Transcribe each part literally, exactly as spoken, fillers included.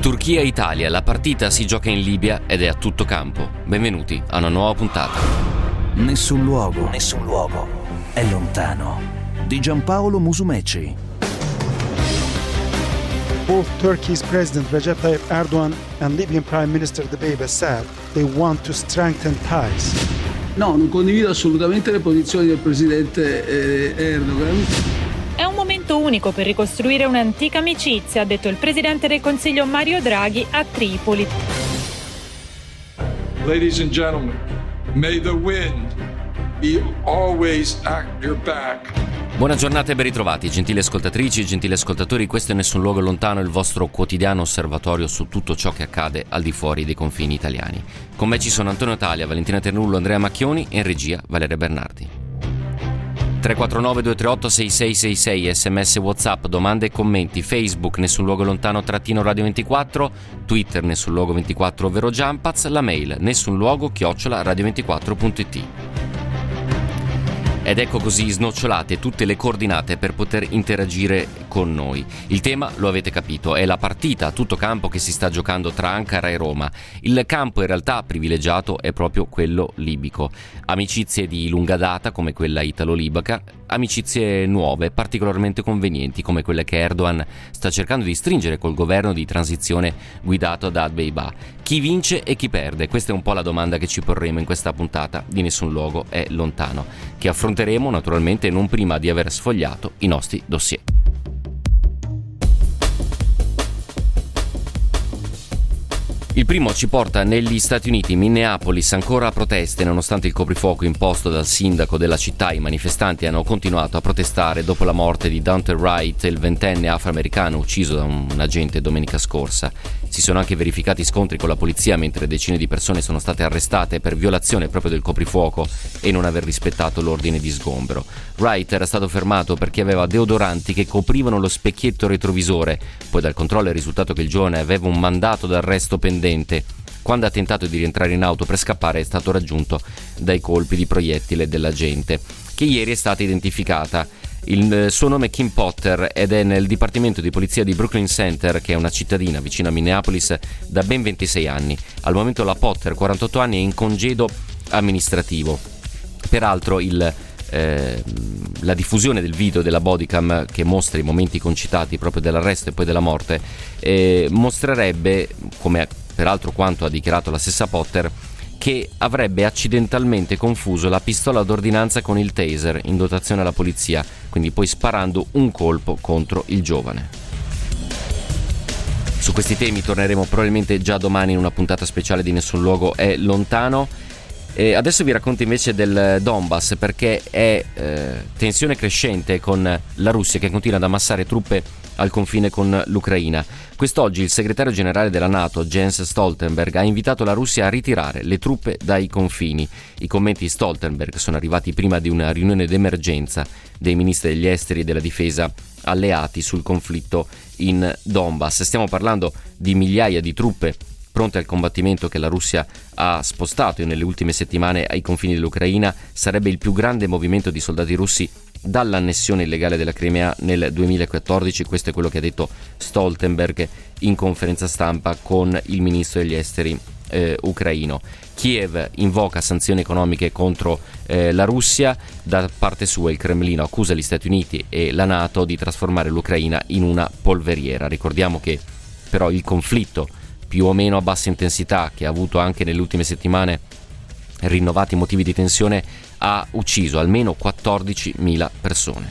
Turchia-Italia, la partita si gioca in Libia ed è a tutto campo. Benvenuti a una nuova puntata. Nessun luogo, nessun luogo è lontano. Di Giampaolo Musumeci. Both Turkey's President Recep Tayyip Erdogan and Libyan Prime Minister Dbeibeh said they want to strengthen ties. No, non condivido assolutamente le posizioni del presidente eh, Erdogan. È un momento unico per ricostruire un'antica amicizia, ha detto il presidente del Consiglio Mario Draghi a Tripoli. Ladies and gentlemen, may the wind be always at your back. Buona giornata e ben ritrovati, gentili ascoltatrici e gentili ascoltatori. Questo è Nessun Luogo Lontano, il vostro quotidiano osservatorio su tutto ciò che accade al di fuori dei confini italiani. Con me ci sono Antonio Talia, Valentina Ternullo, Andrea Macchioni e in regia Valeria Bernardi. tre quattro nove due tre otto sei sei sei sei, sms WhatsApp, domande e commenti, Facebook Nessun Luogo Lontano trattino Radio ventiquattro, Twitter Nessun Luogo ventiquattro ovvero Giampaz, la mail nessunluogo chiocciola radio ventiquattro punto it. Ed ecco così snocciolate tutte le coordinate per poter interagire con noi. Il tema, lo avete capito, è la partita a tutto campo che si sta giocando tra Ankara e Roma. Il campo in realtà privilegiato è proprio quello libico. Amicizie di lunga data come quella italo-libica, amicizie nuove, particolarmente convenienti come quelle che Erdogan sta cercando di stringere col governo di transizione guidato da Dbeibeh. Chi vince e chi perde? Questa è un po' la domanda che ci porremo in questa puntata di Nessun Luogo è Lontano, che affronteremo naturalmente non prima di aver sfogliato i nostri dossier. Il primo ci porta negli Stati Uniti, Minneapolis, ancora a proteste nonostante il coprifuoco imposto dal sindaco della città. I manifestanti hanno continuato a protestare dopo la morte di Daunte Wright, il ventenne afroamericano ucciso da un agente domenica scorsa. Si sono anche verificati scontri con la polizia mentre decine di persone sono state arrestate per violazione proprio del coprifuoco e non aver rispettato l'ordine di sgombero. Wright era stato fermato perché aveva deodoranti che coprivano lo specchietto retrovisore, poi dal controllo è risultato che il giovane aveva un mandato d'arresto pendente. Quando ha tentato di rientrare in auto per scappare è stato raggiunto dai colpi di proiettile dell'agente, che ieri è stata identificata. Il suo nome è Kim Potter ed è nel dipartimento di polizia di Brooklyn Center, che è una cittadina vicino a Minneapolis, da ben ventisei anni. Al momento la Potter, quarantotto anni, è in congedo amministrativo. Peraltro il Eh, la diffusione del video della bodycam che mostra i momenti concitati proprio dell'arresto e poi della morte eh, mostrerebbe, come peraltro quanto ha dichiarato la stessa Potter, che avrebbe accidentalmente confuso la pistola d'ordinanza con il taser in dotazione alla polizia, quindi poi sparando un colpo contro il giovane. Su questi temi torneremo probabilmente già domani in una puntata speciale di Nessun Luogo è Lontano. E adesso vi racconto invece del Donbass, perché è eh, tensione crescente con la Russia che continua ad ammassare truppe al confine con l'Ucraina. Quest'oggi il segretario generale della NATO, Jens Stoltenberg, ha invitato la Russia a ritirare le truppe dai confini. I commenti di Stoltenberg sono arrivati prima di una riunione d'emergenza dei ministri degli esteri e della difesa alleati sul conflitto in Donbass. Stiamo parlando di migliaia di truppe pronte al combattimento che la Russia ha spostato nelle ultime settimane ai confini dell'Ucraina. Sarebbe il più grande movimento di soldati russi dall'annessione illegale della Crimea nel duemilaquattordici. Questo è quello che ha detto Stoltenberg in conferenza stampa con il ministro degli esteri eh, ucraino. Kiev invoca sanzioni economiche contro eh, la Russia. Da parte sua il Cremlino accusa gli Stati Uniti e la NATO di trasformare l'Ucraina in una polveriera. Ricordiamo che però il conflitto più o meno a bassa intensità, che ha avuto anche nelle ultime settimane rinnovati motivi di tensione, ha ucciso almeno quattordicimila persone.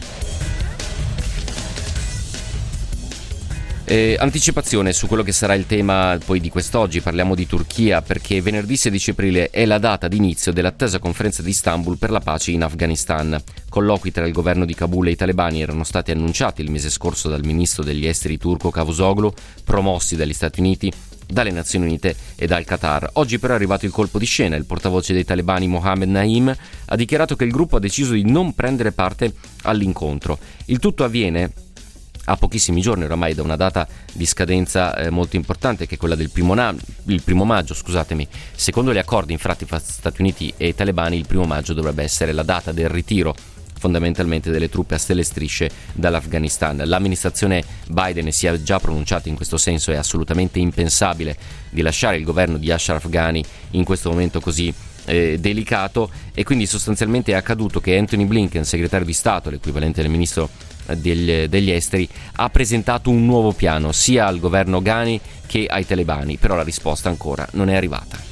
Eh, anticipazione su quello che sarà il tema poi di quest'oggi. Parliamo di Turchia perché venerdì sedici aprile è la data d'inizio dell'attesa conferenza di Istanbul per la pace in Afghanistan. Colloqui tra il governo di Kabul e i talebani erano stati annunciati il mese scorso dal ministro degli esteri turco Cavusoglu, promossi dagli Stati Uniti, dalle Nazioni Unite e dal Qatar. Oggi però è arrivato il colpo di scena. Il portavoce dei talebani Mohammed Naim ha dichiarato che il gruppo ha deciso di non prendere parte all'incontro. Il tutto avviene a pochissimi giorni oramai da una data di scadenza eh, molto importante, che è quella del primo, na- il primo maggio. Scusatemi. Secondo gli accordi infatti fra Stati Uniti e talebani, il primo maggio dovrebbe essere la data del ritiro fondamentalmente delle truppe a stelle e strisce dall'Afghanistan. L'amministrazione Biden si è già pronunciata in questo senso, è assolutamente impensabile di lasciare il governo di Ashraf Ghani in questo momento così eh, delicato, e quindi sostanzialmente è accaduto che Anthony Blinken, segretario di Stato, l'equivalente del ministro degli, degli esteri, ha presentato un nuovo piano sia al governo Ghani che ai talebani, però la risposta ancora non è arrivata.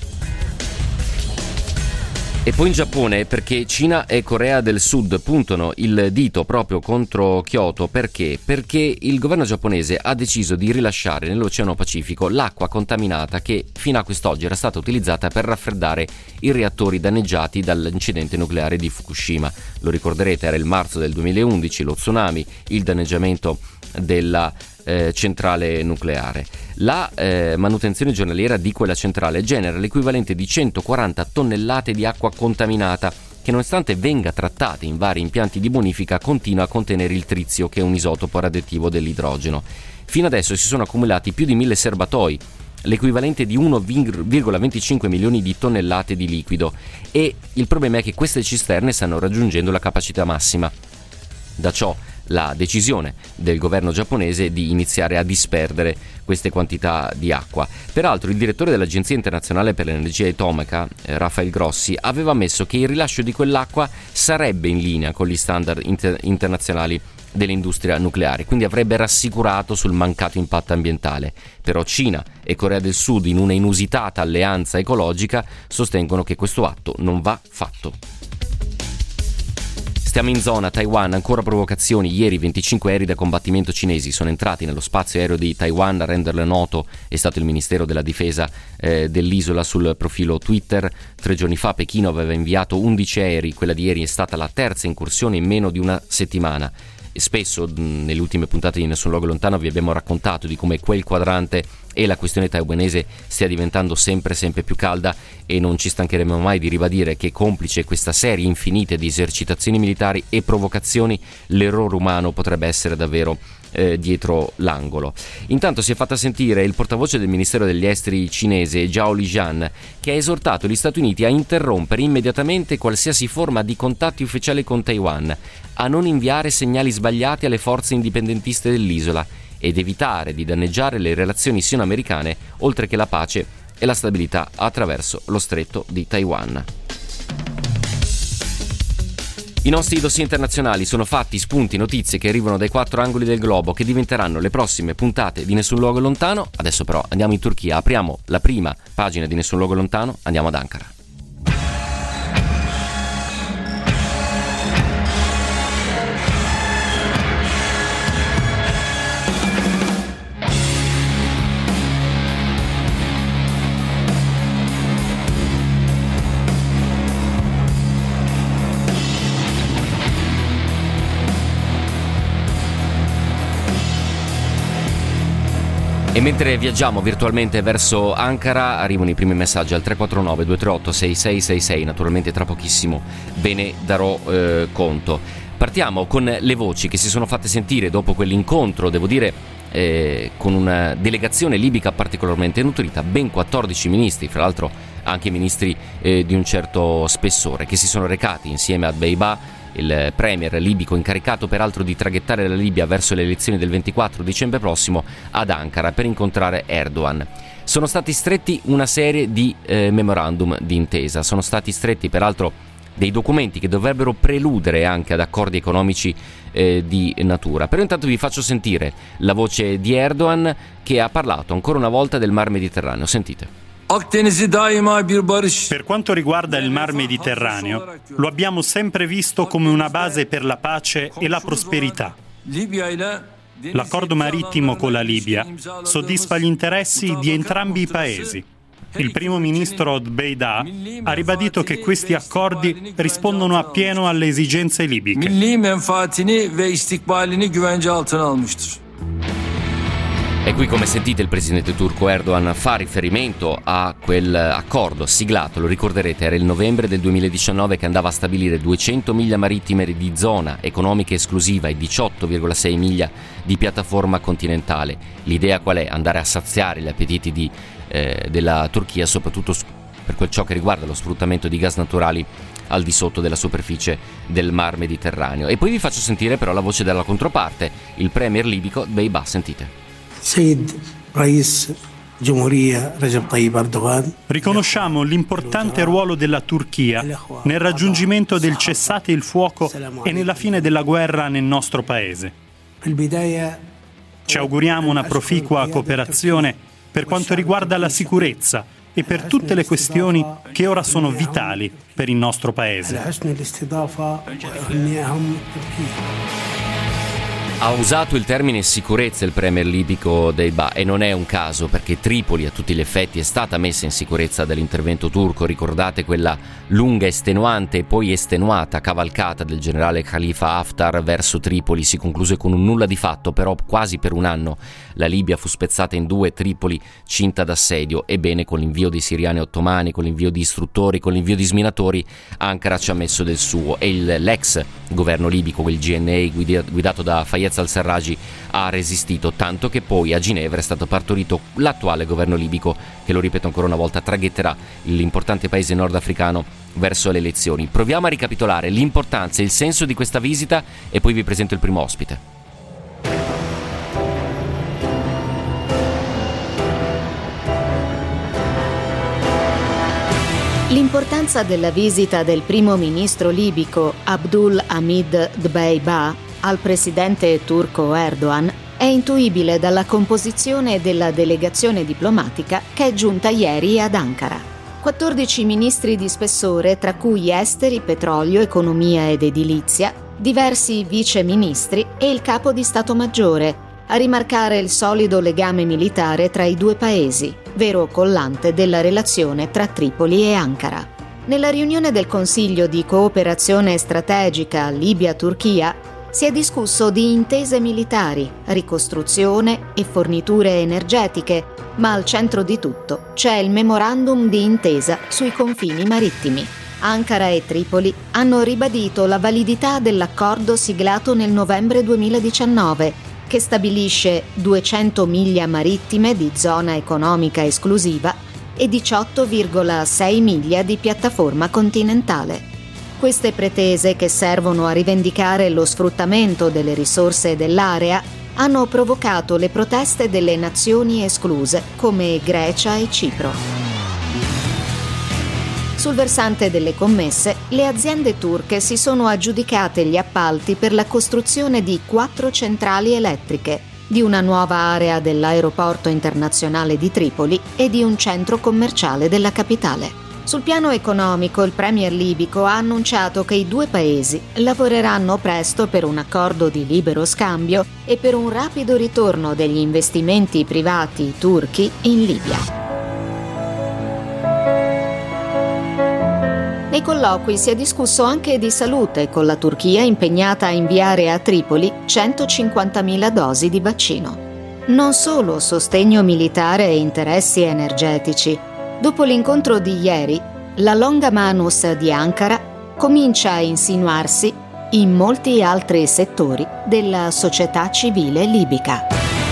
E poi in Giappone, perché Cina e Corea del Sud puntano il dito proprio contro Kyoto. Perché? Perché il governo giapponese ha deciso di rilasciare nell'Oceano Pacifico l'acqua contaminata che fino a quest'oggi era stata utilizzata per raffreddare i reattori danneggiati dall'incidente nucleare di Fukushima. Lo ricorderete, era il marzo del duemilaundici, lo tsunami, il danneggiamento della eh, centrale nucleare. La eh, manutenzione giornaliera di quella centrale genera l'equivalente di centoquaranta tonnellate di acqua contaminata che, nonostante venga trattata in vari impianti di bonifica, continua a contenere il trizio, che è un isotopo radioattivo dell'idrogeno. Fino adesso si sono accumulati più di mille serbatoi, l'equivalente di uno virgola venticinque milioni di tonnellate di liquido, e il problema è che queste cisterne stanno raggiungendo la capacità massima. Da ciò la decisione del governo giapponese di iniziare a disperdere queste quantità di acqua. Peraltro il direttore dell'Agenzia Internazionale per l'Energia Atomica, eh, Rafael Grossi, aveva ammesso che il rilascio di quell'acqua sarebbe in linea con gli standard inter- internazionali dell'industria nucleare, quindi avrebbe rassicurato sul mancato impatto ambientale. Però Cina e Corea del Sud, in una inusitata alleanza ecologica, sostengono che questo atto non va fatto. Stiamo in zona Taiwan, ancora provocazioni. Ieri venticinque aerei da combattimento cinesi sono entrati nello spazio aereo di Taiwan. A renderlo noto è stato il Ministero della Difesa eh, dell'isola sul profilo Twitter. Tre giorni fa Pechino aveva inviato undici aerei, quella di ieri è stata la terza incursione in meno di una settimana. E spesso mh, nelle ultime puntate di Nessun Luogo Lontano vi abbiamo raccontato di come quel quadrante e la questione taiwanese stia diventando sempre sempre più calda, e non ci stancheremo mai di ribadire che, complice questa serie infinite di esercitazioni militari e provocazioni, l'errore umano potrebbe essere davvero eh, dietro l'angolo. Intanto si è fatta sentire il portavoce del Ministero degli Esteri cinese, Zhao Lijian, che ha esortato gli Stati Uniti a interrompere immediatamente qualsiasi forma di contatti ufficiali con Taiwan, a non inviare segnali sbagliati alle forze indipendentiste dell'isola ed evitare di danneggiare le relazioni sino-americane, oltre che la pace e la stabilità attraverso lo stretto di Taiwan. I nostri dossier internazionali sono fatti, spunti, notizie che arrivano dai quattro angoli del globo, che diventeranno le prossime puntate di Nessun Luogo Lontano. Adesso però andiamo in Turchia, apriamo la prima pagina di Nessun Luogo Lontano, andiamo ad Ankara. E mentre viaggiamo virtualmente verso Ankara arrivano i primi messaggi al tre quattro nove due tre otto sei sei sei sei, naturalmente tra pochissimo ve ne darò eh, conto. Partiamo con le voci che si sono fatte sentire dopo quell'incontro, devo dire, eh, con una delegazione libica particolarmente nutrita, ben quattordici ministri, fra l'altro anche ministri eh, di un certo spessore, che si sono recati insieme a Beibah, il premier libico incaricato peraltro di traghettare la Libia verso le elezioni del ventiquattro dicembre prossimo, ad Ankara per incontrare Erdogan. Sono stati stretti una serie di eh, memorandum di intesa, sono stati stretti peraltro dei documenti che dovrebbero preludere anche ad accordi economici eh, di natura. Però intanto vi faccio sentire la voce di Erdogan, che ha parlato ancora una volta del Mar Mediterraneo. Sentite. Per quanto riguarda il Mar Mediterraneo, lo abbiamo sempre visto come una base per la pace e la prosperità. L'accordo marittimo con la Libia soddisfa gli interessi di entrambi i paesi. Il primo ministro Beibah ha ribadito che questi accordi rispondono appieno alle esigenze libiche. E qui, come sentite, il presidente turco Erdogan fa riferimento a quel accordo siglato, lo ricorderete, era il novembre del duemiladiciannove, che andava a stabilire duecento miglia marittime di zona economica esclusiva e diciotto virgola sei miglia di piattaforma continentale. L'idea qual è? Andare a saziare gli appetiti di, eh, della Turchia, soprattutto per quel ciò che riguarda lo sfruttamento di gas naturali al di sotto della superficie del Mar Mediterraneo. E poi vi faccio sentire però la voce della controparte, il premier libico Dbeibeh. Sentite. Sayyid Rais Giumhuriya Recep Tayyip Erdogan. Riconosciamo l'importante ruolo della Turchia nel raggiungimento del cessate il fuoco e nella fine della guerra nel nostro paese. Ci auguriamo una proficua cooperazione per quanto riguarda la sicurezza e per tutte le questioni che ora sono vitali per il nostro paese. Ha usato il termine sicurezza il premier libico Dbeibeh, e non è un caso, perché Tripoli a tutti gli effetti è stata messa in sicurezza dall'intervento turco. Ricordate quella lunga, estenuante e poi estenuata cavalcata del generale Khalifa Haftar verso Tripoli? Si concluse con un nulla di fatto, però quasi per un anno la Libia fu spezzata in due, Tripoli cinta d'assedio. Ebbene, con l'invio dei siriani ottomani, con l'invio di istruttori, con l'invio di sminatori, Ankara ci ha messo del suo, e il, l'ex governo libico, quel G N A guidato da Fayez al-Sarraj, ha resistito, tanto che poi a Ginevra è stato partorito l'attuale governo libico che, lo ripeto ancora una volta, traghetterà l'importante paese nordafricano verso le elezioni. Proviamo a ricapitolare l'importanza e il senso di questa visita e poi vi presento il primo ospite. L'importanza della visita del primo ministro libico Abdul Hamid Dbeibeh al presidente turco Erdogan è intuibile dalla composizione della delegazione diplomatica che è giunta ieri ad Ankara. quattordici ministri di spessore, tra cui esteri, petrolio, economia ed edilizia, diversi vice ministri e il capo di Stato Maggiore, a rimarcare il solido legame militare tra i due paesi, vero collante della relazione tra Tripoli e Ankara. Nella riunione del Consiglio di cooperazione strategica Libia-Turchia si è discusso di intese militari, ricostruzione e forniture energetiche, ma al centro di tutto c'è il memorandum di intesa sui confini marittimi. Ankara e Tripoli hanno ribadito la validità dell'accordo siglato nel novembre duemiladiciannove, che stabilisce duecento miglia marittime di zona economica esclusiva e diciotto virgola sei miglia di piattaforma continentale. Queste pretese, che servono a rivendicare lo sfruttamento delle risorse dell'area, hanno provocato le proteste delle nazioni escluse come Grecia e Cipro. Sul versante delle commesse, le aziende turche si sono aggiudicate gli appalti per la costruzione di quattro centrali elettriche, di una nuova area dell'aeroporto internazionale di Tripoli e di un centro commerciale della capitale. Sul piano economico, il premier libico ha annunciato che i due paesi lavoreranno presto per un accordo di libero scambio e per un rapido ritorno degli investimenti privati turchi in Libia. Nei colloqui si è discusso anche di salute, con la Turchia impegnata a inviare a Tripoli centocinquantamila dosi di vaccino. Non solo sostegno militare e interessi energetici. Dopo l'incontro di ieri, la longamanus di Ankara comincia a insinuarsi in molti altri settori della società civile libica.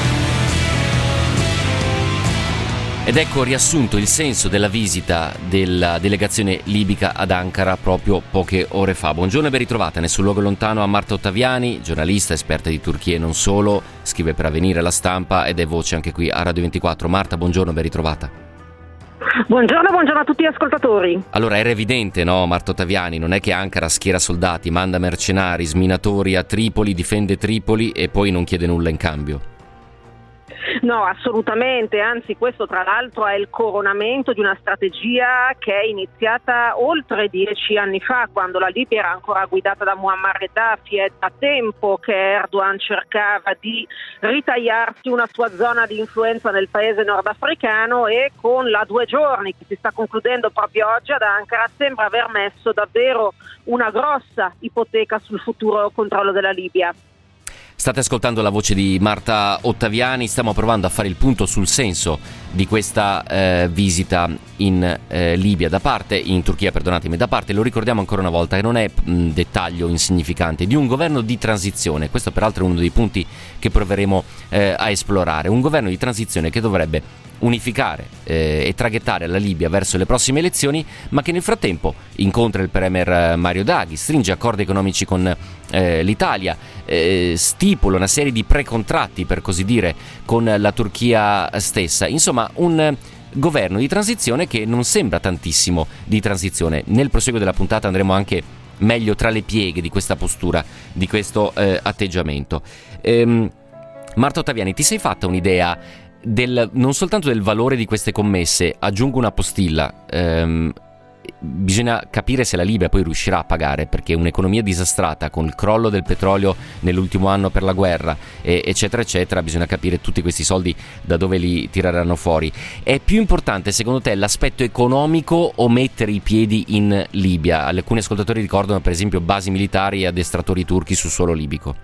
Ed ecco riassunto il senso della visita della delegazione libica ad Ankara proprio poche ore fa. Buongiorno e ben ritrovata nel suo luogo lontano a Marta Ottaviani, giornalista, esperta di Turchia e non solo, scrive per Avvenire, La Stampa ed è voce anche qui a Radio ventiquattro. Marta, buongiorno, ben ritrovata. Buongiorno, buongiorno a tutti gli ascoltatori. Allora, era evidente, no, Marta Ottaviani, non è che Ankara schiera soldati, manda mercenari, sminatori a Tripoli, difende Tripoli e poi non chiede nulla in cambio. No, assolutamente, anzi questo tra l'altro è il coronamento di una strategia che è iniziata oltre dieci anni fa, quando la Libia era ancora guidata da Muammar Gheddafi. È da tempo che Erdogan cercava di ritagliarsi una sua zona di influenza nel paese nordafricano, e con la due giorni che si sta concludendo proprio oggi ad Ankara sembra aver messo davvero una grossa ipoteca sul futuro controllo della Libia. State ascoltando la voce di Marta Ottaviani, stiamo provando a fare il punto sul senso di questa eh, visita in eh, Libia da parte, in Turchia perdonatemi, da parte, lo ricordiamo ancora una volta, che non è un dettaglio insignificante, di un governo di transizione. Questo peraltro è uno dei punti che proveremo eh, a esplorare, un governo di transizione che dovrebbe unificare eh, e traghettare la Libia verso le prossime elezioni, ma che nel frattempo incontra il premier Mario Draghi, stringe accordi economici con eh, l'Italia, eh, stipula una serie di precontratti, per così dire, con la Turchia stessa. Insomma, un governo di transizione che non sembra tantissimo di transizione. Nel proseguo della puntata andremo anche meglio tra le pieghe di questa postura, di questo eh, atteggiamento. Ehm, Marta Ottaviani, ti sei fatta un'idea del, non soltanto del valore di queste commesse? Aggiungo una postilla, ehm, bisogna capire se la Libia poi riuscirà a pagare, perché un'economia disastrata con il crollo del petrolio nell'ultimo anno per la guerra e, eccetera eccetera, bisogna capire tutti questi soldi da dove li tireranno fuori. È più importante secondo te l'aspetto economico o mettere i piedi in Libia? Alcuni ascoltatori ricordano per esempio basi militari e addestratori turchi sul suolo libico.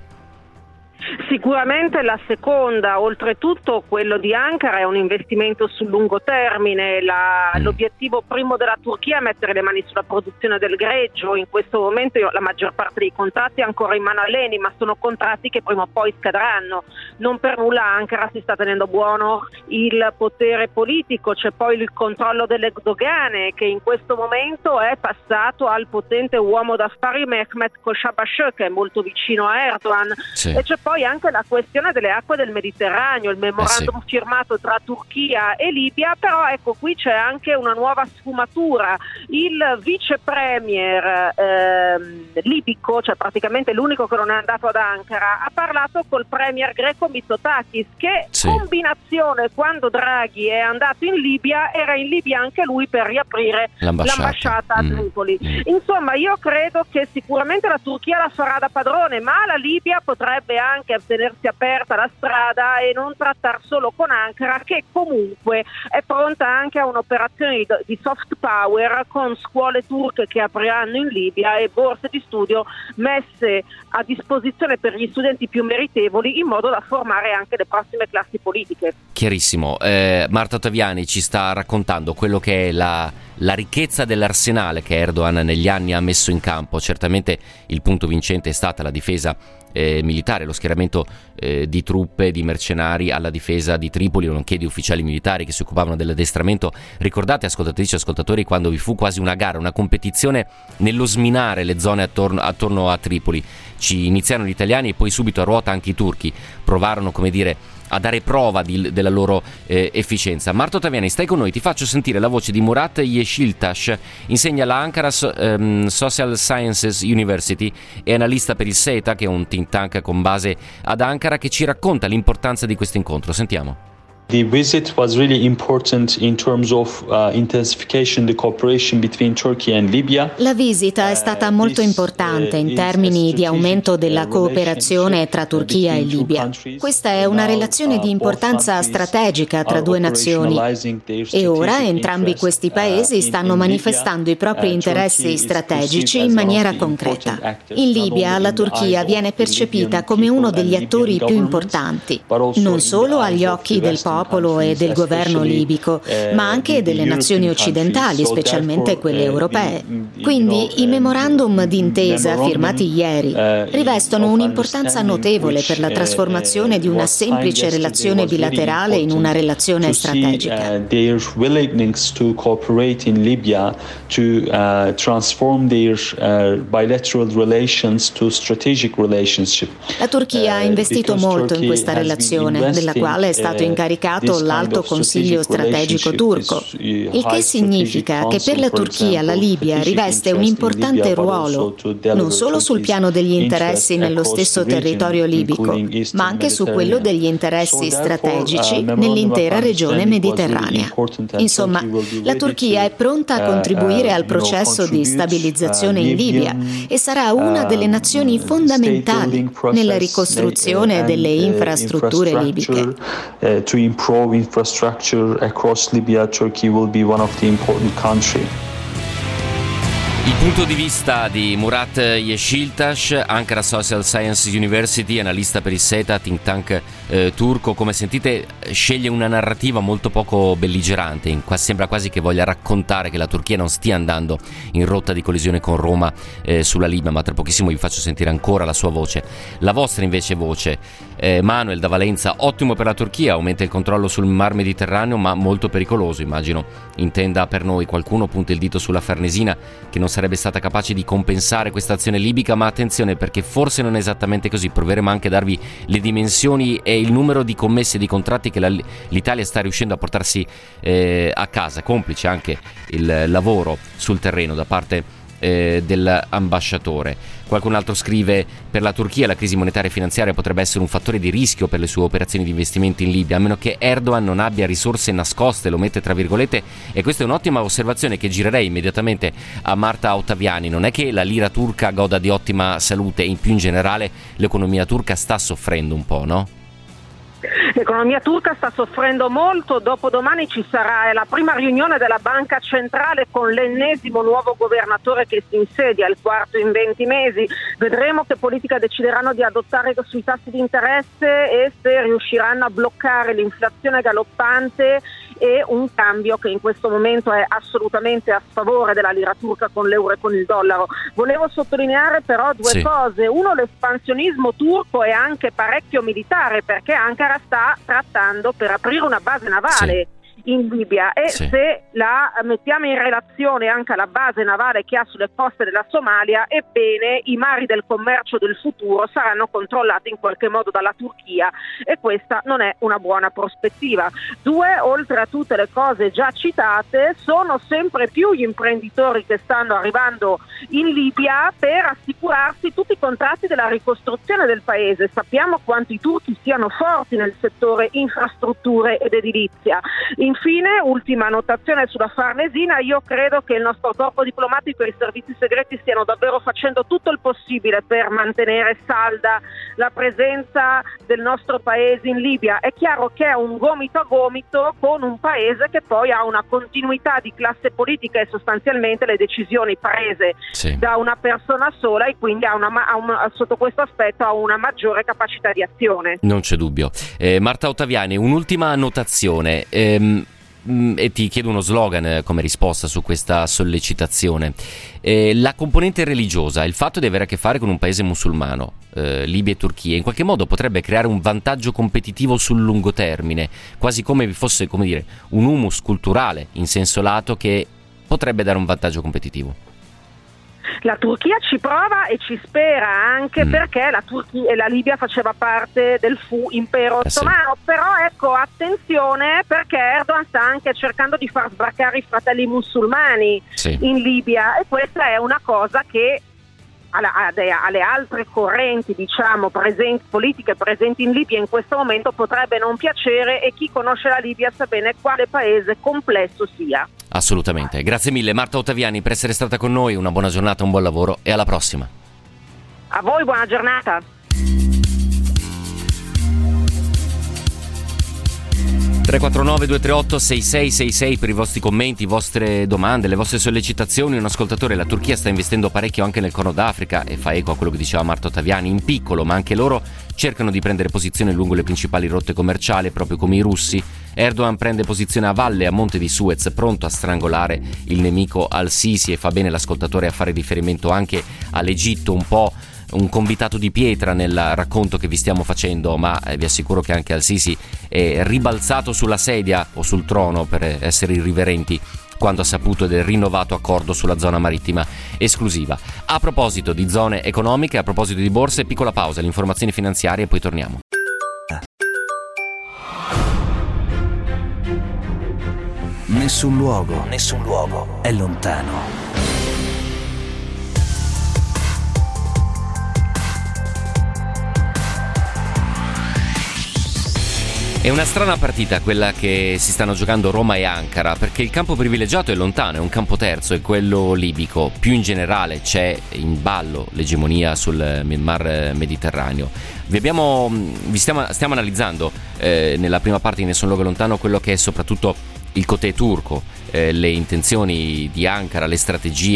Sicuramente la seconda, oltretutto quello di Ankara è un investimento sul lungo termine. La, l'obiettivo primo della Turchia è mettere le mani sulla produzione del greggio. In questo momento io, la maggior parte dei contratti è ancora in mano a Leni, ma sono contratti che prima o poi scadranno. Non per nulla Ankara si sta tenendo buono il potere politico, c'è poi il controllo delle dogane che in questo momento è passato al potente uomo d'affari Mehmet Koshabash, che è molto vicino a Erdogan, sì. E c'è poi anche la questione delle acque del Mediterraneo, il memorandum eh sì. firmato tra Turchia e Libia, però ecco qui c'è anche una nuova sfumatura. Il vice premier eh, libico, cioè praticamente l'unico che non è andato ad Ankara, ha parlato col premier greco Mitsotakis, che sì. combinazione, quando Draghi è andato in Libia era in Libia anche lui per riaprire l'ambasciata, l'ambasciata a Tripoli. Mm. Insomma, io credo che sicuramente la Turchia la farà da padrone, ma la Libia potrebbe anche tenersi aperta la strada e non trattare solo con Ankara, che comunque è pronta anche a un'operazione di, di soft power con scuole turche che apriranno in Libia e borse di studio messe a disposizione per gli studenti più meritevoli in modo da formare anche le prossime classi politiche. Chiarissimo. Eh, Marta Ottaviani ci sta raccontando quello che è la, la ricchezza dell'arsenale che Erdogan negli anni ha messo in campo. Certamente il punto vincente è stata la difesa eh, militare, lo schieramento eh, di truppe, di mercenari alla difesa di Tripoli, nonché di ufficiali militari che si occupavano dell'addestramento. Ricordate, ascoltatrici e ascoltatori, quando vi fu quasi una gara, una competizione nello sminare le zone attorno, attorno a Tripoli? Ci iniziarono gli italiani e poi subito a ruota anche i turchi provarono, come dire, a dare prova di, della loro eh, efficienza. Marta Ottaviani, stai con noi, ti faccio sentire la voce di Murat Yeşiltaş, insegna alla Ankara um, Social Sciences University, è analista per il SETA, che è un think tank con base ad Ankara, che ci racconta l'importanza di questo incontro. Sentiamo. The visit was really important in terms of uh, intensification the cooperation between Turkey and Libya. La visita è stata molto importante in termini di aumento della cooperazione tra Turchia e Libia. Questa è una relazione di importanza strategica tra due nazioni e ora entrambi questi paesi stanno manifestando i propri interessi strategici in maniera concreta. In Libia la Turchia viene percepita come uno degli attori più importanti, non solo agli occhi del popolo popolo e del governo libico, ma anche delle nazioni occidentali, specialmente quelle europee. Quindi i memorandum d'intesa firmati ieri rivestono un'importanza notevole per la trasformazione di una semplice relazione bilaterale in una relazione strategica. Their willingness to cooperate in Libya to uh, transform their uh, bilateral relations to strategic relationship. La Turchia ha investito molto in questa relazione, della quale è stato incaricato l'Alto Consiglio Strategico turco, il che significa che per la Turchia la Libia riveste un importante ruolo, non solo sul piano degli interessi nello stesso territorio libico, ma anche su quello degli interessi strategici nell'intera regione mediterranea. Insomma, la Turchia è pronta a contribuire al processo di stabilizzazione in Libia e sarà una delle nazioni fondamentali nella ricostruzione delle infrastrutture libiche. To improve infrastructure across Libya, Turkey will be one of the important countries. Il Punto di vista di Murat Yeşiltaş, Ankara Social Sciences University, analista per il SETA, think tank eh, turco. Come sentite sceglie una narrativa molto poco belligerante, in, qua, sembra quasi che voglia raccontare che la Turchia non stia andando in rotta di collisione con Roma eh, sulla Libia, ma tra pochissimo vi faccio sentire ancora la sua voce. La vostra invece voce, eh, Manuel da Valenza: ottimo per la Turchia, aumenta il controllo sul Mar Mediterraneo, ma molto pericoloso, immagino intenda per noi. Qualcuno punta il dito sulla Farnesina, che non sarebbe stata capace di compensare questa azione libica, ma attenzione, perché forse non è esattamente così. Proveremo anche a darvi le dimensioni e il numero di commesse e di contratti che la, l'Italia sta riuscendo a portarsi eh, a casa, complice anche il lavoro sul terreno da parte eh, dell'ambasciatore. Qualcun altro scrive: per la Turchia la crisi monetaria e finanziaria potrebbe essere un fattore di rischio per le sue operazioni di investimento in Libia, a meno che Erdogan non abbia risorse nascoste, lo mette tra virgolette, e questa è un'ottima osservazione che girerei immediatamente a Marta Ottaviani. Non è che la lira turca goda di ottima salute e in più in generale l'economia turca sta soffrendo un po', no? L'economia turca sta soffrendo molto. Dopodomani ci sarà la prima riunione della Banca Centrale con l'ennesimo nuovo governatore che si insedia, il quarto in venti mesi. Vedremo che politica decideranno di adottare sui tassi di interesse e se riusciranno a bloccare l'inflazione galoppante e un cambio che in questo momento è assolutamente a sfavore della lira turca con l'euro e con il dollaro. Volevo sottolineare però due sì. cose. Uno, l'espansionismo turco è anche parecchio militare, perché Ankara sta trattando per aprire una base navale sì. in Libia e sì. se la mettiamo in relazione anche alla base navale che ha sulle coste della Somalia, ebbene i mari del commercio del futuro saranno controllati in qualche modo dalla Turchia e questa non è una buona prospettiva. Due, oltre a tutte le cose già citate, sono sempre più gli imprenditori che stanno arrivando in Libia per assicurarsi tutti i contratti della ricostruzione del paese. Sappiamo quanto i turchi siano forti nel settore infrastrutture ed edilizia. Infine, ultima notazione sulla Farnesina: io credo che il nostro corpo diplomatico e i servizi segreti stiano davvero facendo tutto il possibile per mantenere salda la presenza del nostro paese in Libia. È chiaro che è un gomito a gomito con un paese che poi ha una continuità di classe politica e sostanzialmente le decisioni prese sì. da una persona sola, e quindi ha una, ha un, sotto questo aspetto ha una maggiore capacità di azione. Non c'è dubbio. Eh, Marta Ottaviani, un'ultima annotazione. Ehm... e ti chiedo uno slogan come risposta su questa sollecitazione. Eh, la componente religiosa, il fatto di avere a che fare con un paese musulmano, eh, Libia e Turchia, in qualche modo potrebbe creare un vantaggio competitivo sul lungo termine, quasi come vi fosse, come dire, un humus culturale in senso lato che potrebbe dare un vantaggio competitivo. La Turchia ci prova e ci spera anche mm. perché la Turchia e la Libia faceva parte del fu impero ottomano, eh sì. però ecco attenzione, perché Erdogan sta anche cercando di far sbarcare i fratelli musulmani sì. in Libia, e questa è una cosa che alle altre correnti, diciamo, presenti, politiche presenti in Libia in questo momento potrebbe non piacere, e chi conosce la Libia sa bene quale paese complesso sia. Assolutamente. Grazie mille Marta Ottaviani per essere stata con noi, una buona giornata, un buon lavoro e alla prossima. A voi buona giornata. tre quattro nove due tre otto sei sei sei sei per i vostri commenti, vostre domande, le vostre sollecitazioni. Un ascoltatore: la Turchia sta investendo parecchio anche nel Corno d'Africa, e fa eco a quello che diceva Marta Ottaviani, in piccolo, ma anche loro cercano di prendere posizione lungo le principali rotte commerciali, proprio come i russi. Erdogan prende posizione a valle, a monte di Suez, pronto a strangolare il nemico al-Sisi, e fa bene l'ascoltatore a fare riferimento anche all'Egitto, un po' un convitato di pietra nel racconto che vi stiamo facendo, ma eh, vi assicuro che anche al-Sisi è ribalzato sulla sedia o sul trono, per essere irriverenti, quando ha saputo del rinnovato accordo sulla zona marittima esclusiva. A proposito di zone economiche, a proposito di borse, piccola pausa, le informazioni finanziarie e poi torniamo. Nessun luogo, nessun luogo è lontano. È una strana partita quella che si stanno giocando Roma e Ankara, perché il campo privilegiato è lontano, è un campo terzo, è quello libico. Più in generale c'è in ballo l'egemonia sul Mar Mediterraneo. Vi abbiamo, vi stiamo, stiamo analizzando eh, nella prima parte di Nessun luogo è lontano quello che è soprattutto il côté turco, eh, le intenzioni di Ankara, le strategie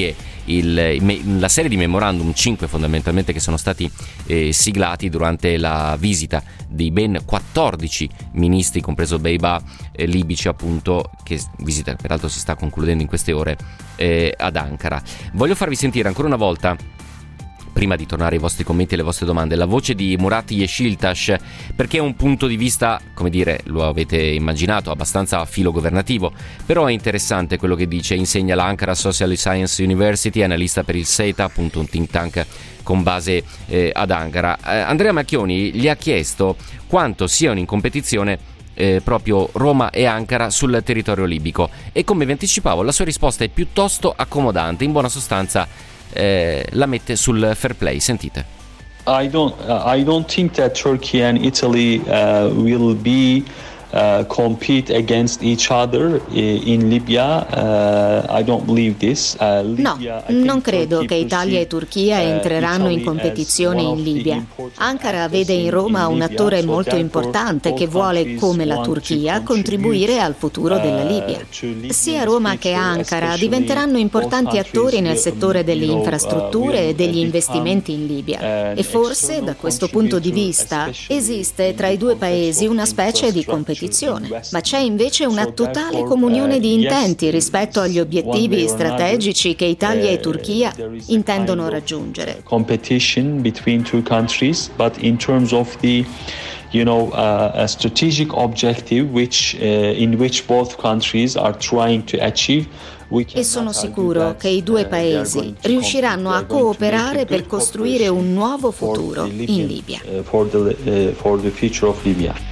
il, la serie di memorandum, cinque fondamentalmente, che sono stati eh, siglati durante la visita di ben quattordici ministri, compreso Beibah, eh, libici appunto, che visita peraltro si sta concludendo in queste ore eh, ad Ankara. Voglio farvi sentire ancora una volta, prima di tornare ai vostri commenti e alle vostre domande, la voce di Murat Yeşiltaş, perché è un punto di vista, come dire, lo avete immaginato, abbastanza filogovernativo, però è interessante quello che dice. Insegna l'Ankara Social Science University, analista per il SETA, appunto un think tank con base eh, ad Ankara. Eh, Andrea Macchioni gli ha chiesto quanto siano in competizione eh, proprio Roma e Ankara sul territorio libico, e come vi anticipavo la sua risposta è piuttosto accomodante, in buona sostanza Eh, la mette sul fair play. Sentite. I don't, uh, I don't think that Turkey and Italy uh, will be uh, compete against each other in Libya. Uh, I don't believe this. Uh, Libya, no, non credo che Italia e Turchia entreranno in competizione in Libia. Ankara vede in Roma un attore molto importante che vuole, come la Turchia, contribuire al futuro della Libia. Sia Roma che Ankara diventeranno importanti attori nel settore delle infrastrutture e degli investimenti in Libia. E forse, da questo punto di vista, esiste tra i due paesi una specie di competizione. Ma c'è invece una totale comunione di intenti rispetto agli obiettivi strategici che Italia e Turchia intendono raggiungere. Competition between two countries, but in terms of the you know uh, a strategic objective which uh, in which both countries are trying to achieve. E sono sicuro che i due paesi riusciranno a cooperare per costruire un nuovo futuro in Libia. For the, uh, for the future of Libya.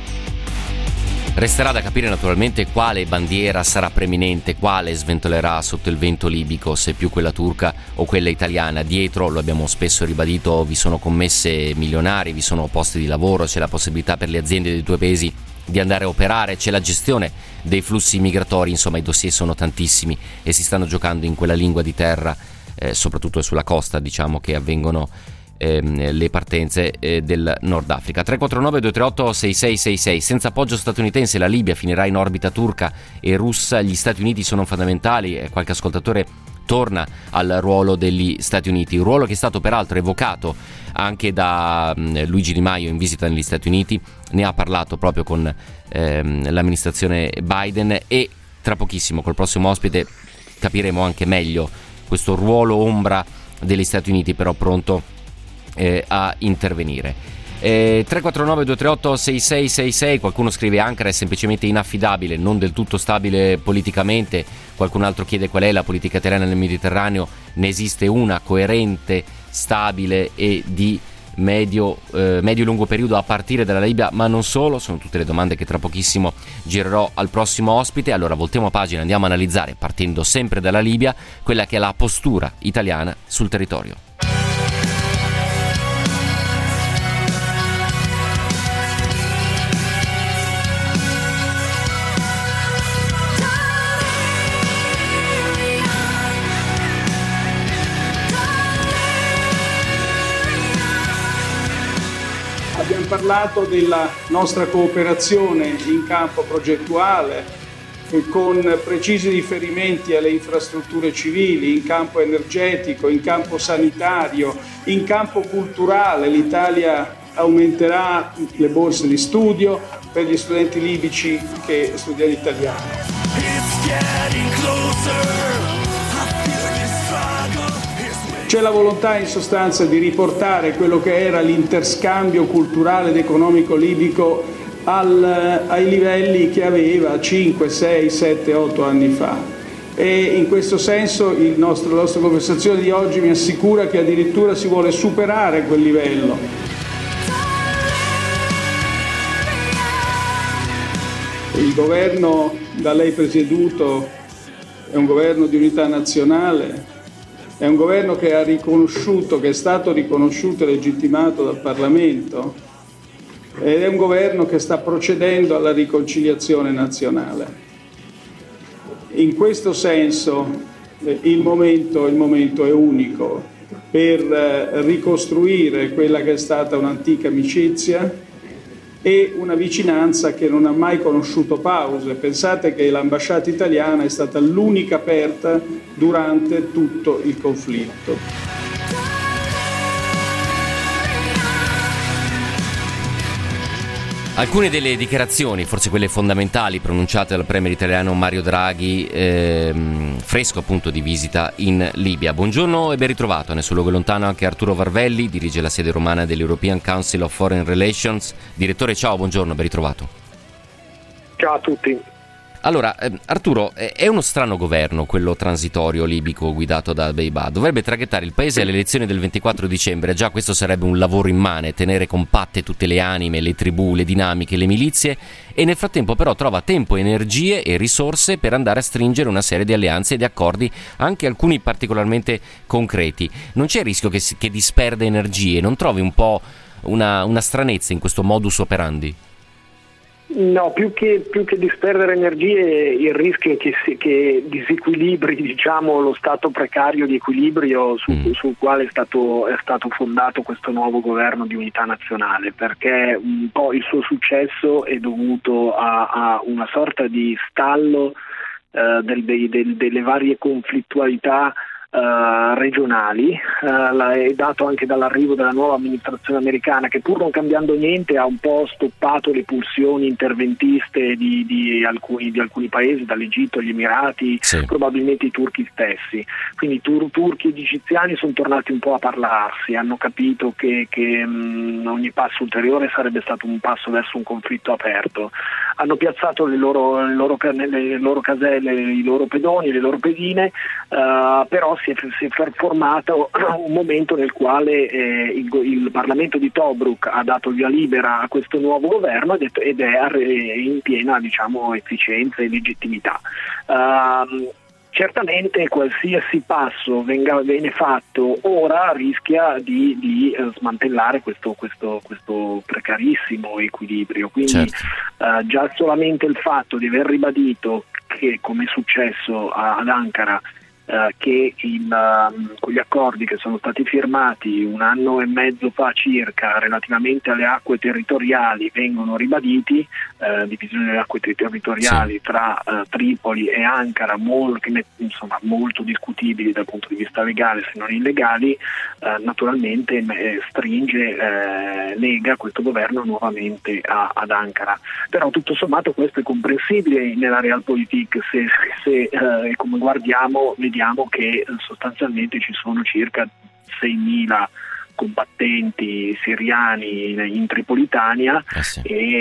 Resterà da capire naturalmente quale bandiera sarà preeminente, quale sventolerà sotto il vento libico, se più quella turca o quella italiana. Dietro, lo abbiamo spesso ribadito, vi sono commesse milionarie, vi sono posti di lavoro, c'è la possibilità per le aziende dei due paesi di andare a operare, c'è la gestione dei flussi migratori, insomma i dossier sono tantissimi e si stanno giocando in quella lingua di terra, eh, soprattutto sulla costa, diciamo, che avvengono Ehm, le partenze eh, del Nord Africa. Tre quattro nove due tre otto sei sei sei sei. Senza appoggio statunitense la Libia finirà in orbita turca e russa. Gli Stati Uniti sono fondamentali e qualche ascoltatore torna al ruolo degli Stati Uniti, un ruolo che è stato peraltro evocato anche da mh, Luigi Di Maio in visita negli Stati Uniti. Ne ha parlato proprio con ehm, l'amministrazione Biden, e tra pochissimo col prossimo ospite capiremo anche meglio questo ruolo ombra degli Stati Uniti, però pronto Eh, a intervenire. eh, tre quattro nove due tre otto sei sei sei sei. Qualcuno scrive Ankara è semplicemente inaffidabile, non del tutto stabile politicamente. Qualcun altro chiede qual è la politica italiana nel Mediterraneo. Ne esiste una coerente, stabile e di medio eh, medio e lungo periodo a partire dalla Libia, ma non solo. Sono tutte le domande che tra pochissimo girerò al prossimo ospite. Allora voltiamo pagina, andiamo a analizzare, partendo sempre dalla Libia, quella che è la postura italiana sul territorio. Abbiamo parlato della nostra cooperazione in campo progettuale, con precisi riferimenti alle infrastrutture civili, in campo energetico, in campo sanitario, in campo culturale. L'Italia aumenterà le borse di studio per gli studenti libici che studiano italiano. C'è la volontà in sostanza di riportare quello che era l'interscambio culturale ed economico libico al, ai livelli che aveva cinque, sei, sette, otto anni fa. E in questo senso il nostro, la nostra conversazione di oggi mi assicura che addirittura si vuole superare quel livello. Il governo da lei presieduto è un governo di unità nazionale. È un governo che ha riconosciuto, che è stato riconosciuto e legittimato dal Parlamento, ed è un governo che sta procedendo alla riconciliazione nazionale. In questo senso eh, il momento, il momento è unico per eh, ricostruire quella che è stata un'antica amicizia, e una vicinanza che non ha mai conosciuto pause. Pensate che l'ambasciata italiana è stata l'unica aperta durante tutto il conflitto. Alcune delle dichiarazioni, forse quelle fondamentali, pronunciate dal premier italiano Mario Draghi, ehm, fresco appunto di visita in Libia. Buongiorno e ben ritrovato. Nel suo luogo lontano anche Arturo Varvelli, dirige la sede romana dell'European Council of Foreign Relations. Direttore, ciao, buongiorno, ben ritrovato. Ciao a tutti. Allora, eh, Arturo, eh, è uno strano governo quello transitorio libico guidato da Dbeibeh. Dovrebbe traghettare il paese alle elezioni del ventiquattro dicembre. Già questo sarebbe un lavoro immane, tenere compatte tutte le anime, le tribù, le dinamiche, le milizie, e nel frattempo però trova tempo, energie e risorse per andare a stringere una serie di alleanze e di accordi, anche alcuni particolarmente concreti. Non c'è il rischio che, si, che disperde energie? Non trovi un po' una, una stranezza in questo modus operandi? No, più che, più che disperdere energie, il rischio è che, si, che disequilibri, diciamo, lo stato precario di equilibrio su, mm. sul quale è stato, è stato fondato questo nuovo governo di unità nazionale, perché un po' il suo successo è dovuto a, a una sorta di stallo eh, del, del, delle varie conflittualità Uh, regionali, uh, la, è dato anche dall'arrivo della nuova amministrazione americana, che pur non cambiando niente ha un po' stoppato le pulsioni interventiste di, di, alcuni, di alcuni paesi, dall'Egitto agli Emirati, sì. Probabilmente i turchi stessi. Quindi tur- turchi ed egiziani sono tornati un po' a parlarsi, hanno capito che, che mh, ogni passo ulteriore sarebbe stato un passo verso un conflitto aperto. Hanno piazzato le loro, le loro, le loro caselle, i loro pedoni, le loro pedine, uh, però si è, si è formato un momento nel quale eh, il, il Parlamento di Tobruk ha dato via libera a questo nuovo governo ed è, ed è in piena, diciamo, efficienza e legittimità. Uh, Certamente qualsiasi passo venga, viene fatto ora rischia di, di uh, smantellare questo, questo, questo precarissimo equilibrio. Quindi certo. uh, già solamente il fatto di aver ribadito che, come è successo a, ad Ankara, Uh, che in, uh, con gli accordi che sono stati firmati un anno e mezzo fa circa relativamente alle acque territoriali vengono ribaditi, uh, divisione delle acque territoriali sì. tra uh, Tripoli e Ankara, mol- che, insomma, molto discutibili dal punto di vista legale se non illegali, uh, naturalmente eh, stringe, eh, lega questo governo nuovamente a, ad Ankara. Però tutto sommato questo è comprensibile nella realpolitik, se, se uh, come guardiamo vediamo che sostanzialmente ci sono circa seimila combattenti siriani in Tripolitania eh sì.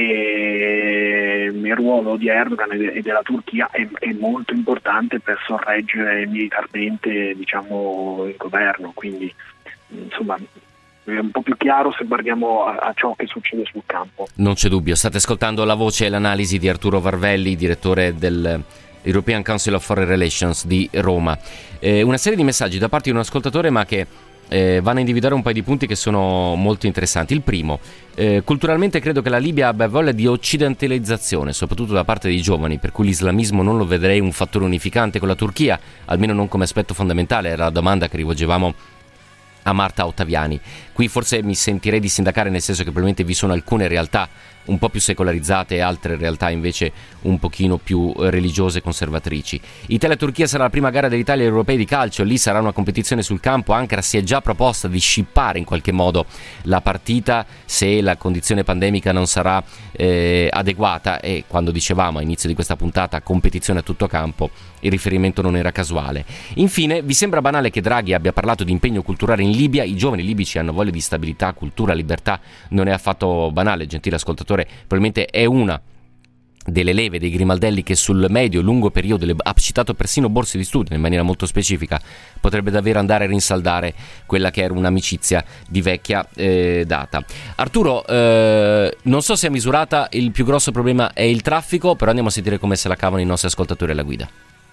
e il ruolo di Erdogan e della Turchia è, è molto importante per sorreggere militarmente, diciamo, il governo. Quindi insomma è un po' più chiaro se guardiamo a, a ciò che succede sul campo. Non c'è dubbio. State ascoltando la voce e l'analisi di Arturo Varvelli, direttore del European Council of Foreign Relations di Roma. Eh, una serie di messaggi da parte di un ascoltatore, ma che eh, vanno a individuare un paio di punti che sono molto interessanti. Il primo, eh, culturalmente credo che la Libia abbia voglia di occidentalizzazione, soprattutto da parte dei giovani, per cui l'islamismo non lo vedrei un fattore unificante con la Turchia, almeno non come aspetto fondamentale. Era la domanda che rivolgevamo a Marta Ottaviani. Qui forse mi sentirei di sindacare, nel senso che probabilmente vi sono alcune realtà un po' più secolarizzate e altre realtà invece un pochino più religiose e conservatrici. Italia-Turchia sarà la prima gara dell'Italia agli europei di calcio, lì sarà una competizione sul campo. Ankara si è già proposta di scippare in qualche modo la partita se la condizione pandemica non sarà eh, adeguata, e quando dicevamo all'inizio di questa puntata competizione a tutto campo, il riferimento non era casuale. Infine, vi sembra banale che Draghi abbia parlato di impegno culturale in Libia? I giovani libici hanno voglia di stabilità, cultura, libertà. Non è affatto banale, gentile ascoltatore, probabilmente è una delle leve, dei grimaldelli che sul medio e lungo periodo, ha citato persino borse di studio in maniera molto specifica, potrebbe davvero andare a rinsaldare quella che era un'amicizia di vecchia eh, data. Arturo, eh, non so se a misurata il più grosso problema è il traffico, però andiamo a sentire come se la cavano i nostri ascoltatori alla guida.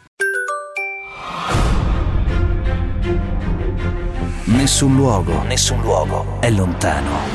Nessun luogo, nessun luogo è lontano.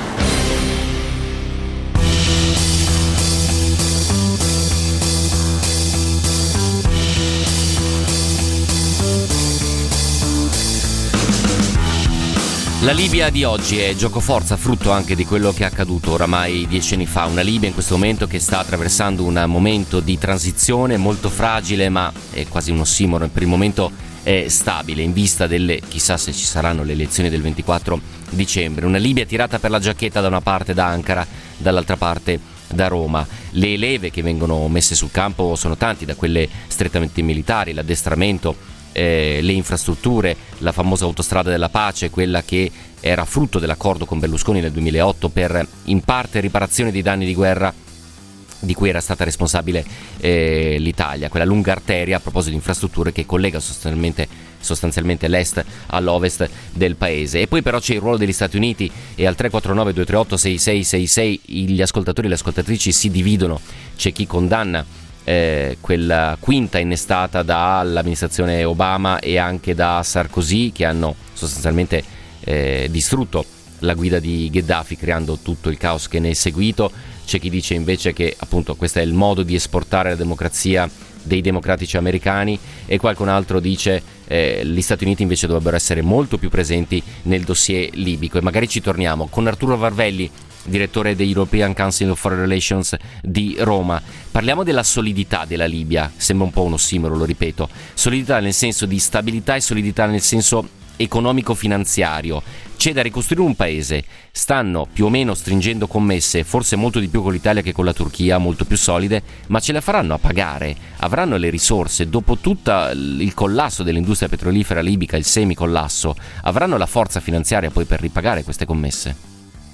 La Libia di oggi è giocoforza, frutto anche di quello che è accaduto oramai dieci anni fa. Una Libia in questo momento che sta attraversando un momento di transizione molto fragile, ma è quasi un ossimoro, per il momento è stabile in vista delle, chissà se ci saranno le elezioni del ventiquattro dicembre. Una Libia tirata per la giacchetta da una parte da Ankara, dall'altra parte da Roma. Le leve che vengono messe sul campo sono tanti, da quelle strettamente militari, l'addestramento, Eh, le infrastrutture, la famosa autostrada della pace, quella che era frutto dell'accordo con Berlusconi nel duemilaotto per in parte riparazione dei danni di guerra di cui era stata responsabile eh, l'Italia, quella lunga arteria a proposito di infrastrutture che collega sostanzialmente, sostanzialmente l'est all'ovest del paese. E poi però c'è il ruolo degli Stati Uniti, e al tre quattro nove due tre otto sei sei sei sei gli ascoltatori e le ascoltatrici si dividono. C'è chi condanna Eh, quella quinta innestata dall'amministrazione Obama e anche da Sarkozy, che hanno sostanzialmente eh, distrutto la guida di Gheddafi, creando tutto il caos che ne è seguito. C'è chi dice invece che appunto questo è il modo di esportare la democrazia dei democratici americani, e qualcun altro dice eh, gli Stati Uniti invece dovrebbero essere molto più presenti nel dossier libico. E magari ci torniamo con Arturo Varvelli, direttore dell'European Council of Foreign Relations di Roma. Parliamo della solidità della Libia, sembra un po' un ossimoro, lo ripeto, solidità nel senso di stabilità e solidità nel senso economico-finanziario. C'è da ricostruire un paese, stanno più o meno stringendo commesse, forse molto di più con l'Italia che con la Turchia, molto più solide, ma ce la faranno a pagare? Avranno le risorse? Dopo tutto il collasso dell'industria petrolifera libica, il semicollasso, avranno la forza finanziaria poi per ripagare queste commesse?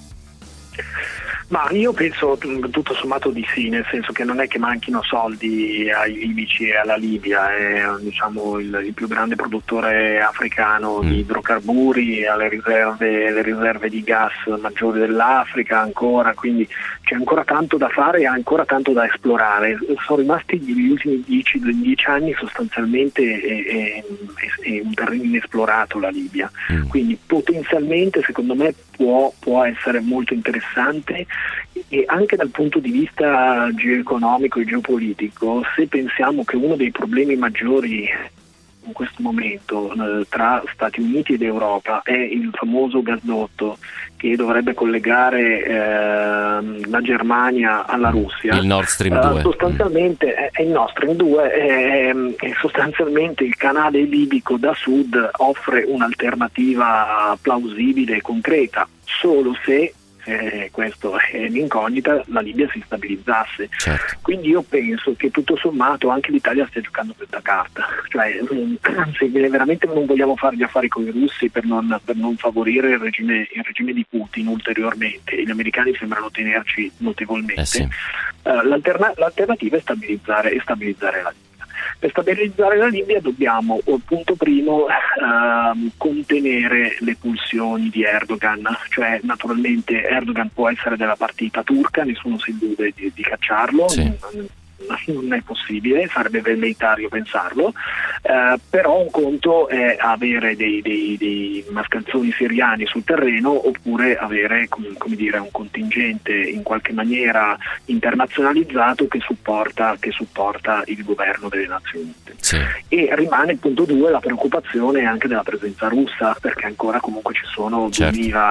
Ma io penso tutto sommato di sì, nel senso che non è che manchino soldi ai libici e alla Libia, è diciamo il, il più grande produttore africano mm. di idrocarburi, ha le riserve, le riserve di gas maggiori dell'Africa ancora, quindi c'è ancora tanto da fare e ancora tanto da esplorare. Sono rimasti gli ultimi dieci, dieci anni sostanzialmente è, è, è un terreno inesplorato la Libia, mm. quindi potenzialmente secondo me può, può essere molto interessante. E anche dal punto di vista geoeconomico e geopolitico, se pensiamo che uno dei problemi maggiori in questo momento eh, tra Stati Uniti ed Europa è il famoso gasdotto che dovrebbe collegare eh, la Germania alla Russia, il Nord Stream due, eh, sostanzialmente mm. è, è il Nord Stream due, è, è sostanzialmente il canale libico da sud offre un'alternativa plausibile e concreta, solo se Eh, questo è l'incognita, la Libia si stabilizzasse. Certo. Quindi io penso che tutto sommato anche l'Italia stia giocando questa carta, cioè se veramente non vogliamo fare gli affari con i russi per non, per non favorire il regime, il regime di Putin ulteriormente, e gli americani sembrano tenerci notevolmente, eh sì. uh, l'alterna- l'alternativa è stabilizzare, è stabilizzare la Libia. Per stabilizzare la Libia dobbiamo, punto primo, ehm, contenere le pulsioni di Erdogan, cioè naturalmente Erdogan può essere della partita turca, nessuno si illude di, di cacciarlo, sì. non, non è possibile, sarebbe velleitario pensarlo, eh, però un conto è avere dei, dei, dei mascalzoni siriani sul terreno, oppure avere com, come dire, un contingente in qualche maniera internazionalizzato che supporta, che supporta il governo delle Nazioni Unite. Sì. E rimane, punto due, la preoccupazione anche della presenza russa, perché ancora comunque ci sono certo. duemila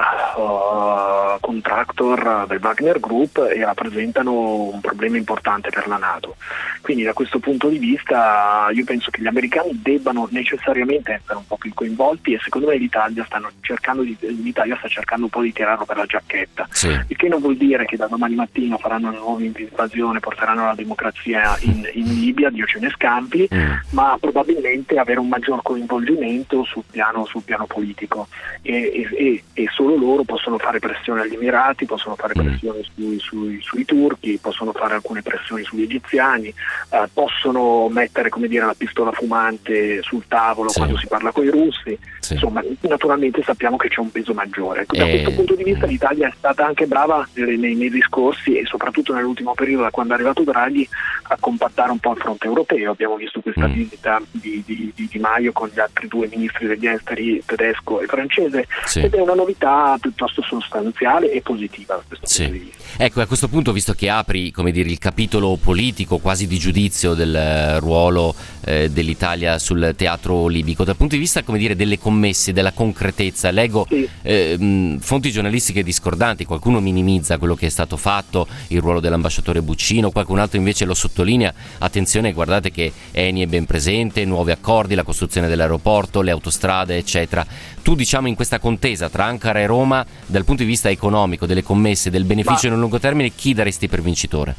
uh, contractor del Wagner Group e rappresentano un problema importante per la NATO. Quindi da questo punto di vista io penso che gli americani debbano necessariamente essere un po' più coinvolti, e secondo me l'Italia stanno cercando di, l'Italia sta cercando un po' di tirarlo per la giacchetta, sì. il che non vuol dire che da domani mattina faranno una nuova invasione, porteranno la democrazia in, in Libia, Dio ce ne scampi, mm. ma probabilmente avere un maggior coinvolgimento sul piano, sul piano politico, e, e, e solo loro possono fare pressione agli Emirati, possono fare pressione mm. sui, sui, sui turchi, possono fare alcune pressioni sugli egiziani, eh, possono mettere, come dire, la pistola fumante sul tavolo sì. quando si parla con i russi, sì. insomma naturalmente sappiamo che c'è un peso maggiore. Da e... questo punto di vista l'Italia è stata anche brava nei, nei mesi scorsi, e soprattutto nell'ultimo periodo, da quando è arrivato Draghi, a compattare un po' il fronte europeo. Abbiamo visto questa mm. visita di, di, di Di Maio con gli altri due ministri degli esteri, tedesco e francese, sì. ed è una novità piuttosto sostanziale e positiva da questo sì. punto di vista. Ecco, a questo punto, visto che apri, come dire, il capitolo politico quasi di giudizio del ruolo eh, dell'Italia sul teatro libico, dal punto di vista, come dire, delle commesse, della concretezza. Leggo sì. eh, mh, fonti giornalistiche discordanti, qualcuno minimizza quello che è stato fatto, il ruolo dell'ambasciatore Buccino, qualcun altro invece lo sottolinea. Attenzione, guardate che Eni è ben presente, nuovi accordi, la costruzione dell'aeroporto, le autostrade, eccetera. Tu, diciamo, in questa contesa tra Ankara e Roma, dal punto di vista economico, delle commesse, del beneficio Ma... nel lungo termine, chi daresti per vincitore?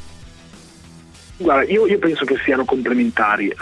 Guarda, io, io penso che siano complementari.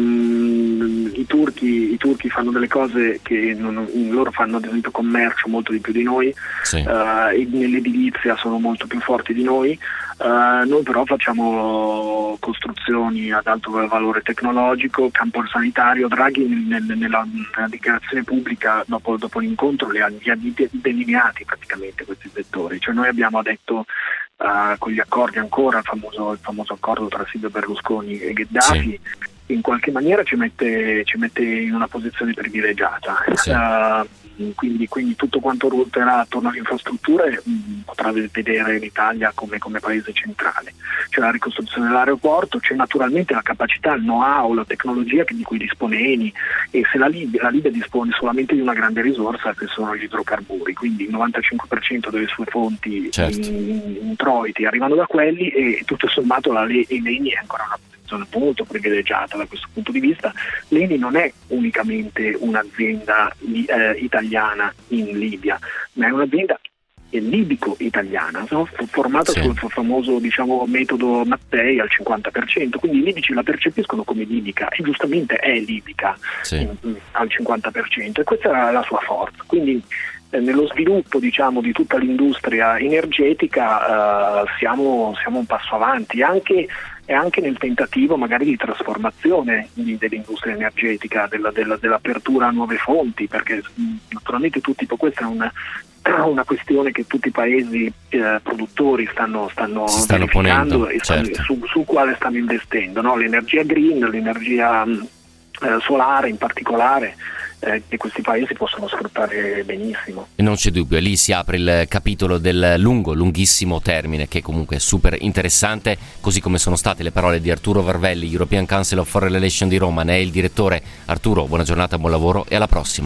Um, i, turchi, I turchi fanno delle cose che non, loro fanno, ad esempio, commercio molto di più di noi, sì. uh, e nell'edilizia sono molto più forti di noi. Uh, noi però facciamo costruzioni ad alto valore tecnologico, campo sanitario. Draghi nel, nella, nella dichiarazione pubblica dopo, dopo l'incontro li ha, li ha delineati praticamente questi settori. Cioè noi abbiamo detto uh, con gli accordi ancora, il famoso, il famoso accordo tra Silvio Berlusconi e Gheddafi, sì. in qualche maniera ci mette, ci mette in una posizione privilegiata. Sì. Uh, Quindi, quindi tutto quanto ruoterà attorno alle infrastrutture mh, potrà vedere l'Italia come, come paese centrale. C'è la ricostruzione dell'aeroporto, c'è naturalmente la capacità, il know-how, la tecnologia che, di cui dispone Eni, e se la Libia, la Libia dispone solamente di una grande risorsa che sono gli idrocarburi, quindi il novantacinque per cento delle sue fonti certo. in introiti arrivano da quelli, e tutto sommato la Eni è ancora una molto privilegiata da questo punto di vista. L'Eni non è unicamente un'azienda eh, italiana in Libia, ma è un'azienda libico-italiana, no? formata sì. sul famoso, diciamo, metodo Mattei al cinquanta per cento, quindi i libici la percepiscono come libica, e giustamente è libica sì. in, in, al cinquanta per cento, e questa è la, la sua forza. Quindi eh, nello sviluppo, diciamo, di tutta l'industria energetica eh, siamo, siamo un passo avanti, anche e anche nel tentativo magari di trasformazione di, dell'industria energetica, della, della, dell'apertura a nuove fonti, perché mh, naturalmente tutti, questa è una, una questione che tutti i paesi eh, produttori stanno, stanno, stanno verificando ponendo, e stanno, certo. su, su quale stanno investendo, no? L'energia green, l'energia mh, eh, solare in particolare, eh, che questi paesi possono sfruttare benissimo. E non c'è dubbio, e lì si apre il capitolo del lungo, lunghissimo termine, che comunque è super interessante, così come sono state le parole di Arturo Varvelli, European Council of Foreign Relations di Roma. Ne è il direttore. Arturo, buona giornata, buon lavoro e alla prossima.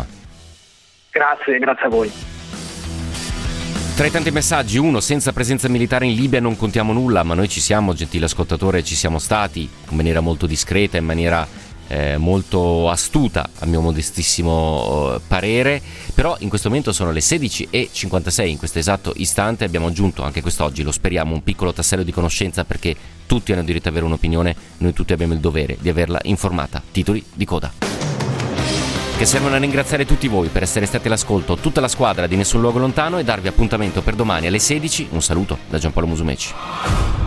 Grazie, grazie a voi. Tra i tanti messaggi, uno: senza presenza militare in Libia non contiamo nulla, ma noi ci siamo, gentile ascoltatore, ci siamo stati in maniera molto discreta, in maniera eh, molto astuta, a mio modestissimo eh, parere. Però in questo momento sono le sedici e cinquantasei, in questo esatto istante abbiamo aggiunto anche quest'oggi, lo speriamo, un piccolo tassello di conoscenza, perché tutti hanno diritto ad avere un'opinione, noi tutti abbiamo il dovere di averla informata. Titoli di coda che servono a ringraziare tutti voi per essere stati all'ascolto, tutta la squadra di Nessun Luogo Lontano, e darvi appuntamento per domani alle sedici. Un saluto da Giampaolo Musumeci.